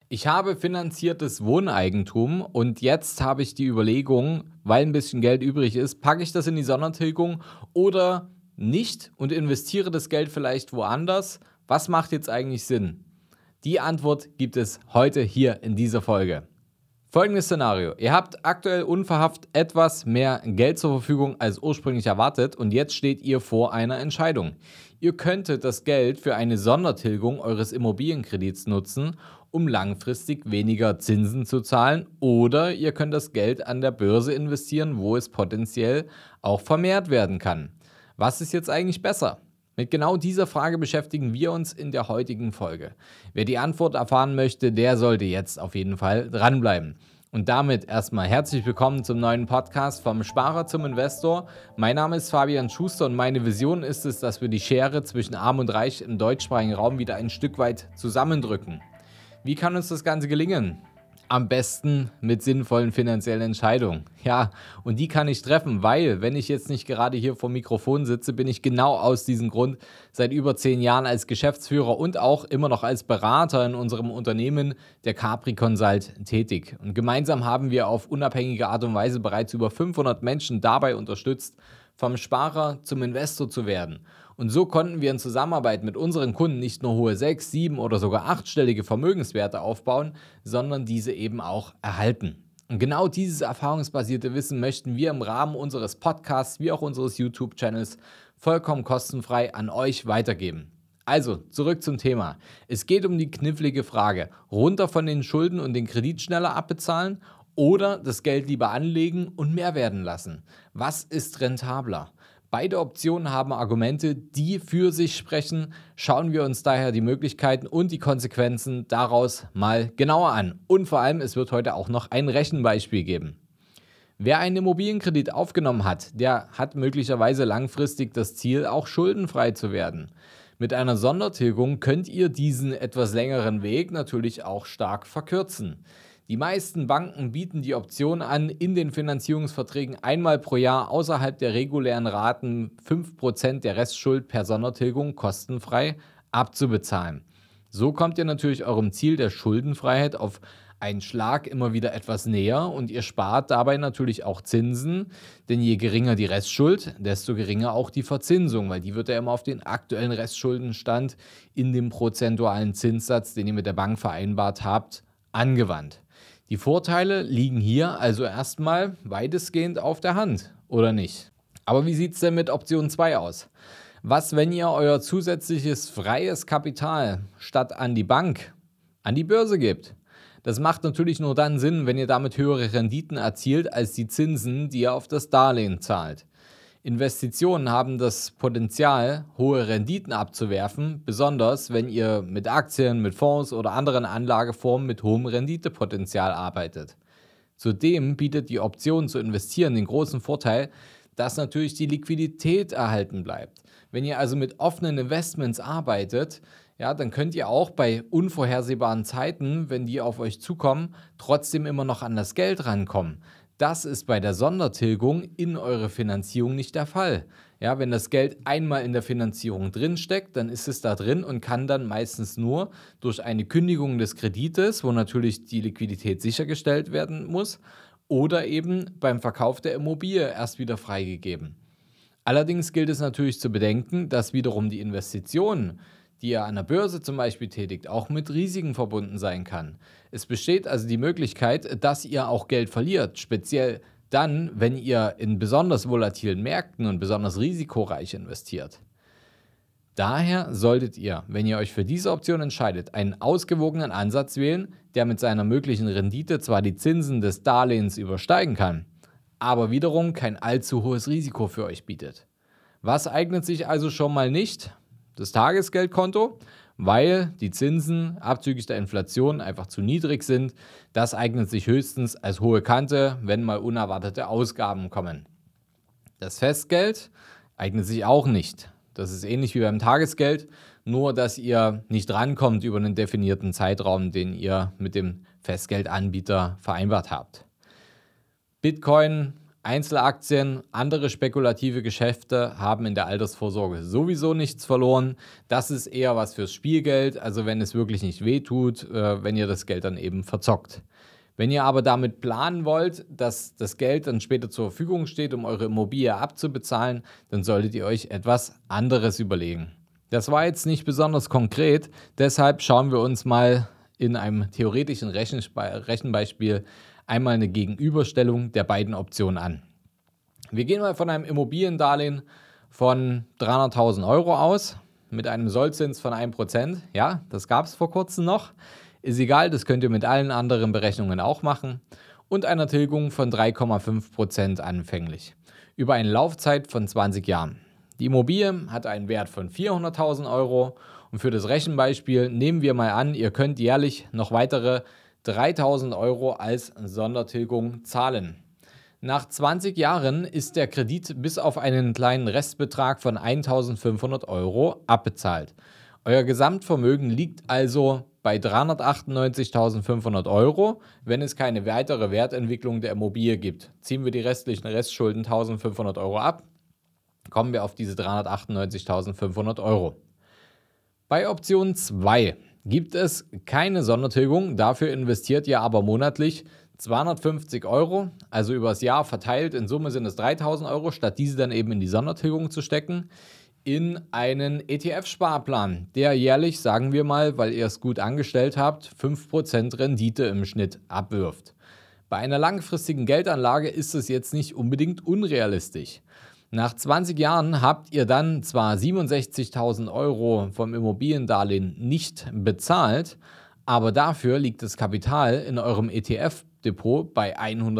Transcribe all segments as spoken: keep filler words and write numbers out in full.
Ich habe finanziertes Wohneigentum und jetzt habe ich die Überlegung, weil ein bisschen Geld übrig ist, packe ich das in die Sondertilgung oder nicht und investiere das Geld vielleicht woanders? Was macht jetzt eigentlich Sinn? Die Antwort gibt es heute hier in dieser Folge. Folgendes Szenario. Ihr habt aktuell unverhofft etwas mehr Geld zur Verfügung als ursprünglich erwartet und jetzt steht ihr vor einer Entscheidung. Ihr könntet das Geld für eine Sondertilgung eures Immobilienkredits nutzen, um langfristig weniger Zinsen zu zahlen, oder ihr könnt das Geld an der Börse investieren, wo es potenziell auch vermehrt werden kann. Was ist jetzt eigentlich besser? Mit genau dieser Frage beschäftigen wir uns in der heutigen Folge. Wer die Antwort erfahren möchte, der sollte jetzt auf jeden Fall dranbleiben. Und damit erstmal herzlich willkommen zum neuen Podcast vom Sparer zum Investor. Mein Name ist Fabian Schuster und meine Vision ist es, dass wir die Schere zwischen Arm und Reich im deutschsprachigen Raum wieder ein Stück weit zusammendrücken. Wie kann uns das Ganze gelingen? Am besten mit sinnvollen finanziellen Entscheidungen. Ja, und die kann ich treffen, weil, wenn ich jetzt nicht gerade hier vor dem Mikrofon sitze, bin ich genau aus diesem Grund seit über zehn Jahren als Geschäftsführer und auch immer noch als Berater in unserem Unternehmen, der Capri Consult, tätig. Und gemeinsam haben wir auf unabhängige Art und Weise bereits über fünfhundert Menschen dabei unterstützt, vom Sparer zum Investor zu werden. Und so konnten wir in Zusammenarbeit mit unseren Kunden nicht nur hohe sechs, sieben oder sogar achtstellige Vermögenswerte aufbauen, sondern diese eben auch erhalten. Und genau dieses erfahrungsbasierte Wissen möchten wir im Rahmen unseres Podcasts wie auch unseres YouTube-Channels vollkommen kostenfrei an euch weitergeben. Also, zurück zum Thema. Es geht um die knifflige Frage: runter von den Schulden und den Kredit schneller abbezahlen oder das Geld lieber anlegen und mehr werden lassen? Was ist rentabler? Beide Optionen haben Argumente, die für sich sprechen. Schauen wir uns daher die Möglichkeiten und die Konsequenzen daraus mal genauer an. Und vor allem, es wird heute auch noch ein Rechenbeispiel geben. Wer einen Immobilienkredit aufgenommen hat, der hat möglicherweise langfristig das Ziel, auch schuldenfrei zu werden. Mit einer Sondertilgung könnt ihr diesen etwas längeren Weg natürlich auch stark verkürzen. Die meisten Banken bieten die Option an, in den Finanzierungsverträgen einmal pro Jahr außerhalb der regulären Raten fünf Prozent der Restschuld per Sondertilgung kostenfrei abzubezahlen. So kommt ihr natürlich eurem Ziel der Schuldenfreiheit auf einen Schlag immer wieder etwas näher und ihr spart dabei natürlich auch Zinsen, denn je geringer die Restschuld, desto geringer auch die Verzinsung, weil die wird ja immer auf den aktuellen Restschuldenstand in dem prozentualen Zinssatz, den ihr mit der Bank vereinbart habt, angewandt. Die Vorteile liegen hier also erstmal weitestgehend auf der Hand, oder nicht? Aber wie sieht es denn mit Option zwei aus? Was, wenn ihr euer zusätzliches freies Kapital statt an die Bank an die Börse gebt? Das macht natürlich nur dann Sinn, wenn ihr damit höhere Renditen erzielt als die Zinsen, die ihr auf das Darlehen zahlt. Investitionen haben das Potenzial, hohe Renditen abzuwerfen, besonders wenn ihr mit Aktien, mit Fonds oder anderen Anlageformen mit hohem Renditepotenzial arbeitet. Zudem bietet die Option zu investieren den großen Vorteil, dass natürlich die Liquidität erhalten bleibt. Wenn ihr also mit offenen Investments arbeitet, ja, dann könnt ihr auch bei unvorhersehbaren Zeiten, wenn die auf euch zukommen, trotzdem immer noch an das Geld rankommen. Das ist bei der Sondertilgung in eurer Finanzierung nicht der Fall. Ja, wenn das Geld einmal in der Finanzierung drin steckt, dann ist es da drin und kann dann meistens nur durch eine Kündigung des Kredites, wo natürlich die Liquidität sichergestellt werden muss, oder eben beim Verkauf der Immobilie erst wieder freigegeben. Allerdings gilt es natürlich zu bedenken, dass wiederum die Investitionen, die ihr an der Börse zum Beispiel tätigt, auch mit Risiken verbunden sein kann. Es besteht also die Möglichkeit, dass ihr auch Geld verliert, speziell dann, wenn ihr in besonders volatilen Märkten und besonders risikoreich investiert. Daher solltet ihr, wenn ihr euch für diese Option entscheidet, einen ausgewogenen Ansatz wählen, der mit seiner möglichen Rendite zwar die Zinsen des Darlehens übersteigen kann, aber wiederum kein allzu hohes Risiko für euch bietet. Was eignet sich also schon mal nicht? Das Tagesgeldkonto, weil die Zinsen abzüglich der Inflation einfach zu niedrig sind. Das eignet sich höchstens als hohe Kante, wenn mal unerwartete Ausgaben kommen. Das Festgeld eignet sich auch nicht. Das ist ähnlich wie beim Tagesgeld, nur dass ihr nicht rankommt über einen definierten Zeitraum, den ihr mit dem Festgeldanbieter vereinbart habt. Bitcoin Einzelaktien, andere spekulative Geschäfte haben in der Altersvorsorge sowieso nichts verloren. Das ist eher was fürs Spielgeld, also wenn es wirklich nicht wehtut, äh, wenn ihr das Geld dann eben verzockt. Wenn ihr aber damit planen wollt, dass das Geld dann später zur Verfügung steht, um eure Immobilie abzubezahlen, dann solltet ihr euch etwas anderes überlegen. Das war jetzt nicht besonders konkret, deshalb schauen wir uns mal in einem theoretischen Rechenspe- Rechenbeispiel einmal eine Gegenüberstellung der beiden Optionen an. Wir gehen mal von einem Immobiliendarlehen von dreihunderttausend Euro aus, mit einem Sollzins von ein Prozent. Ja, das gab es vor kurzem noch. Ist egal, das könnt ihr mit allen anderen Berechnungen auch machen. Und einer Tilgung von drei Komma fünf Prozent anfänglich. Über eine Laufzeit von zwanzig Jahren. Die Immobilie hat einen Wert von vierhunderttausend Euro. Und für das Rechenbeispiel nehmen wir mal an, ihr könnt jährlich noch weitere dreitausend Euro als Sondertilgung zahlen. Nach zwanzig Jahren ist der Kredit bis auf einen kleinen Restbetrag von eintausendfünfhundert Euro abbezahlt. Euer Gesamtvermögen liegt also bei dreihundertachtundneunzigtausendfünfhundert Euro, wenn es keine weitere Wertentwicklung der Immobilie gibt. Ziehen wir die restlichen Restschulden eintausendfünfhundert Euro ab, kommen wir auf diese dreihundertachtundneunzigtausendfünfhundert Euro. Bei Option zwei gibt es keine Sondertilgung, dafür investiert ihr aber monatlich zweihundertfünfzig Euro, also übers Jahr verteilt, in Summe sind es dreitausend Euro, statt diese dann eben in die Sondertilgung zu stecken, in einen E T F-Sparplan, der jährlich, sagen wir mal, weil ihr es gut angestellt habt, fünf Prozent Rendite im Schnitt abwirft. Bei einer langfristigen Geldanlage ist es jetzt nicht unbedingt unrealistisch. Nach zwanzig Jahren habt ihr dann zwar siebenundsechzigtausend Euro vom Immobiliendarlehen nicht bezahlt, aber dafür liegt das Kapital in eurem E T F-Depot bei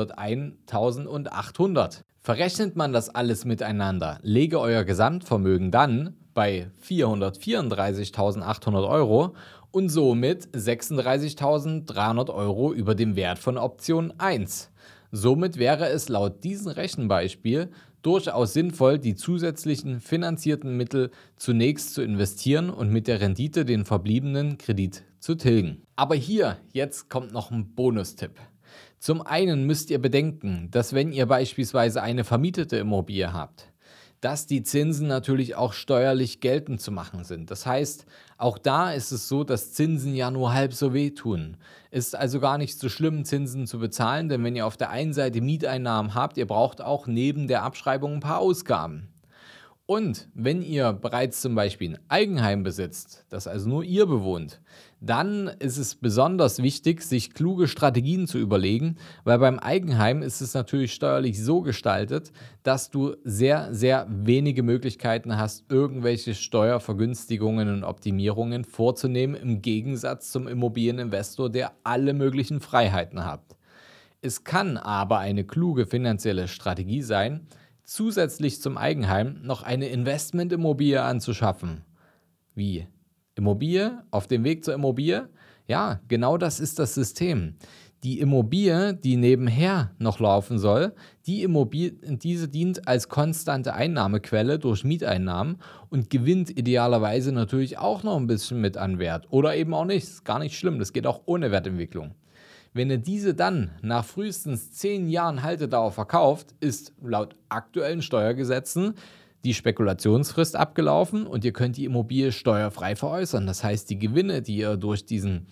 hunderteintausendachthundert. Verrechnet man das alles miteinander, lege euer Gesamtvermögen dann bei vierhundertvierunddreißigtausendachthundert Euro und somit sechsunddreißigtausenddreihundert Euro über dem Wert von Option eins. Somit wäre es laut diesem Rechenbeispiel durchaus sinnvoll, die zusätzlichen finanzierten Mittel zunächst zu investieren und mit der Rendite den verbliebenen Kredit zu tilgen. Aber hier, jetzt kommt noch ein Bonustipp. Zum einen müsst ihr bedenken, dass wenn ihr beispielsweise eine vermietete Immobilie habt, dass die Zinsen natürlich auch steuerlich geltend zu machen sind. Das heißt, auch da ist es so, dass Zinsen ja nur halb so wehtun. Ist also gar nicht so schlimm, Zinsen zu bezahlen, denn wenn ihr auf der einen Seite Mieteinnahmen habt, ihr braucht auch neben der Abschreibung ein paar Ausgaben. Und wenn ihr bereits zum Beispiel ein Eigenheim besitzt, das also nur ihr bewohnt, dann ist es besonders wichtig, sich kluge Strategien zu überlegen, weil beim Eigenheim ist es natürlich steuerlich so gestaltet, dass du sehr, sehr wenige Möglichkeiten hast, irgendwelche Steuervergünstigungen und Optimierungen vorzunehmen, im Gegensatz zum Immobilieninvestor, der alle möglichen Freiheiten hat. Es kann aber eine kluge finanzielle Strategie sein, zusätzlich zum Eigenheim noch eine Investmentimmobilie anzuschaffen. Wie? Immobilie auf dem Weg zur Immobilie? Ja, genau das ist das System. Die Immobilie, die nebenher noch laufen soll, die Immobilie, diese dient als konstante Einnahmequelle durch Mieteinnahmen und gewinnt idealerweise natürlich auch noch ein bisschen mit an Wert. Oder eben auch nicht, ist gar nicht schlimm, das geht auch ohne Wertentwicklung. Wenn ihr diese dann nach frühestens zehn Jahren Haltedauer verkauft, ist laut aktuellen Steuergesetzen die Spekulationsfrist abgelaufen und ihr könnt die Immobilie steuerfrei veräußern. Das heißt, die Gewinne, die ihr durch diesen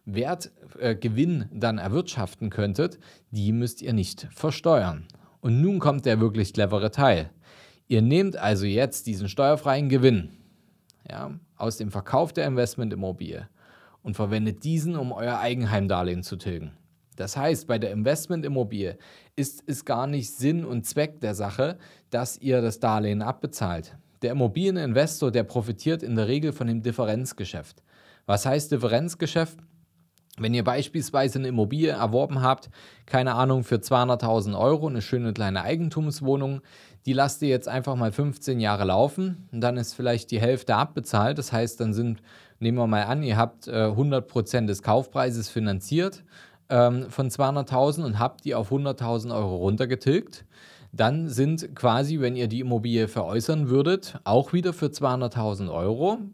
Wertgewinn äh, dann erwirtschaften könntet, die müsst ihr nicht versteuern. Und nun kommt der wirklich clevere Teil. Ihr nehmt also jetzt diesen steuerfreien Gewinn, ja, aus dem Verkauf der Investmentimmobilie und verwendet diesen, um euer Eigenheimdarlehen zu tilgen. Das heißt, bei der Investmentimmobilie ist es gar nicht Sinn und Zweck der Sache, dass ihr das Darlehen abbezahlt. Der Immobilieninvestor, der profitiert in der Regel von dem Differenzgeschäft. Was heißt Differenzgeschäft? Wenn ihr beispielsweise eine Immobilie erworben habt, keine Ahnung, für zweihunderttausend Euro, eine schöne kleine Eigentumswohnung, die lasst ihr jetzt einfach mal fünfzehn Jahre laufen und dann ist vielleicht die Hälfte abbezahlt. Das heißt, dann sind, nehmen wir mal an, ihr habt äh, hundert Prozent des Kaufpreises finanziert ähm, von zweihunderttausend und habt die auf hunderttausend Euro runtergetilgt. Dann sind quasi, wenn ihr die Immobilie veräußern würdet, auch wieder für zweihunderttausend Euro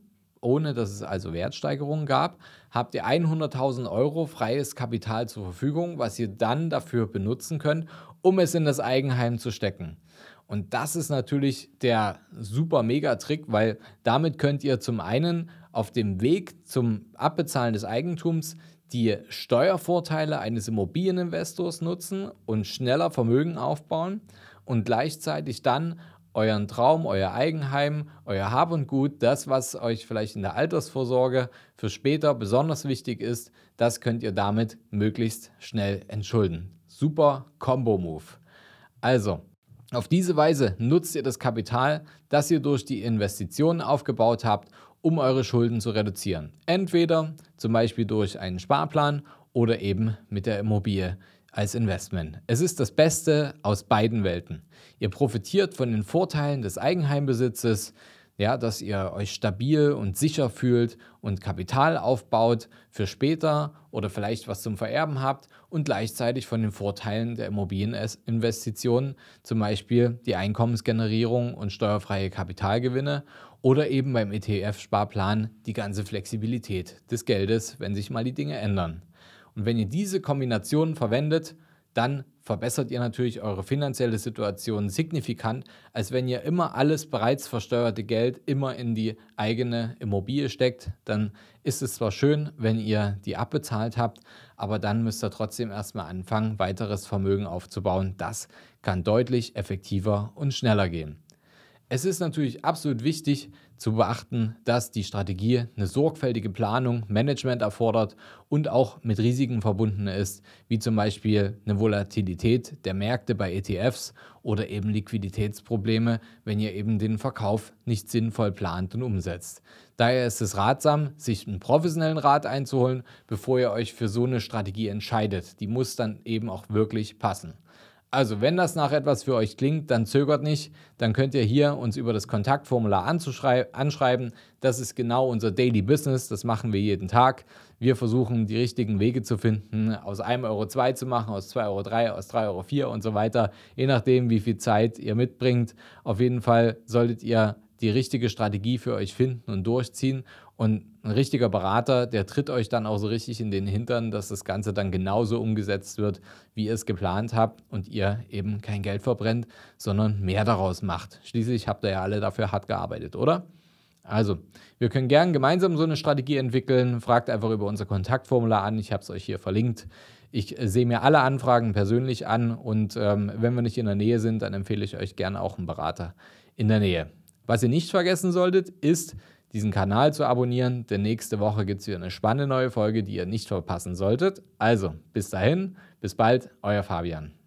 ohne dass es also Wertsteigerungen gab, habt ihr hunderttausend Euro freies Kapital zur Verfügung, was ihr dann dafür benutzen könnt, um es in das Eigenheim zu stecken. Und das ist natürlich der super Mega-Trick, weil damit könnt ihr zum einen auf dem Weg zum Abbezahlen des Eigentums die Steuervorteile eines Immobilieninvestors nutzen und schneller Vermögen aufbauen und gleichzeitig dann euren Traum, euer Eigenheim, euer Hab und Gut, das, was euch vielleicht in der Altersvorsorge für später besonders wichtig ist, das könnt ihr damit möglichst schnell entschulden. Super Combo-Move. Also, auf diese Weise nutzt ihr das Kapital, das ihr durch die Investitionen aufgebaut habt, um eure Schulden zu reduzieren. Entweder zum Beispiel durch einen Sparplan oder eben mit der Immobilie als Investment. Es ist das Beste aus beiden Welten. Ihr profitiert von den Vorteilen des Eigenheimbesitzes, ja, dass ihr euch stabil und sicher fühlt und Kapital aufbaut für später oder vielleicht was zum Vererben habt und gleichzeitig von den Vorteilen der Immobilieninvestitionen, zum Beispiel die Einkommensgenerierung und steuerfreie Kapitalgewinne oder eben beim E T F-Sparplan die ganze Flexibilität des Geldes, wenn sich mal die Dinge ändern. Und wenn ihr diese Kombinationen verwendet, dann verbessert ihr natürlich eure finanzielle Situation signifikant, als wenn ihr immer alles bereits versteuerte Geld immer in die eigene Immobilie steckt. Dann ist es zwar schön, wenn ihr die abbezahlt habt, aber dann müsst ihr trotzdem erstmal anfangen, weiteres Vermögen aufzubauen. Das kann deutlich effektiver und schneller gehen. Es ist natürlich absolut wichtig zu beachten, dass die Strategie eine sorgfältige Planung, Management erfordert und auch mit Risiken verbunden ist, wie zum Beispiel eine Volatilität der Märkte bei E T Fs oder eben Liquiditätsprobleme, wenn ihr eben den Verkauf nicht sinnvoll plant und umsetzt. Daher ist es ratsam, sich einen professionellen Rat einzuholen, bevor ihr euch für so eine Strategie entscheidet. Die muss dann eben auch wirklich passen. Also, wenn das nach etwas für euch klingt, dann zögert nicht. Dann könnt ihr hier uns über das Kontaktformular anschreiben. Das ist genau unser Daily Business. Das machen wir jeden Tag. Wir versuchen, die richtigen Wege zu finden, aus einem Euro zwei zu machen, aus zwei Euro drei, aus drei Euro vier und so weiter. Je nachdem, wie viel Zeit ihr mitbringt. Auf jeden Fall solltet ihr die richtige Strategie für euch finden und durchziehen. Und ein richtiger Berater, der tritt euch dann auch so richtig in den Hintern, dass das Ganze dann genauso umgesetzt wird, wie ihr es geplant habt und ihr eben kein Geld verbrennt, sondern mehr daraus macht. Schließlich habt ihr ja alle dafür hart gearbeitet, oder? Also, wir können gern gemeinsam so eine Strategie entwickeln. Fragt einfach über unser Kontaktformular an. Ich habe es euch hier verlinkt. Ich äh, sehe mir alle Anfragen persönlich an und ähm, wenn wir nicht in der Nähe sind, dann empfehle ich euch gerne auch einen Berater in der Nähe. Was ihr nicht vergessen solltet, ist, diesen Kanal zu abonnieren, denn nächste Woche gibt es wieder eine spannende neue Folge, die ihr nicht verpassen solltet. Also, bis dahin, bis bald, euer Fabian.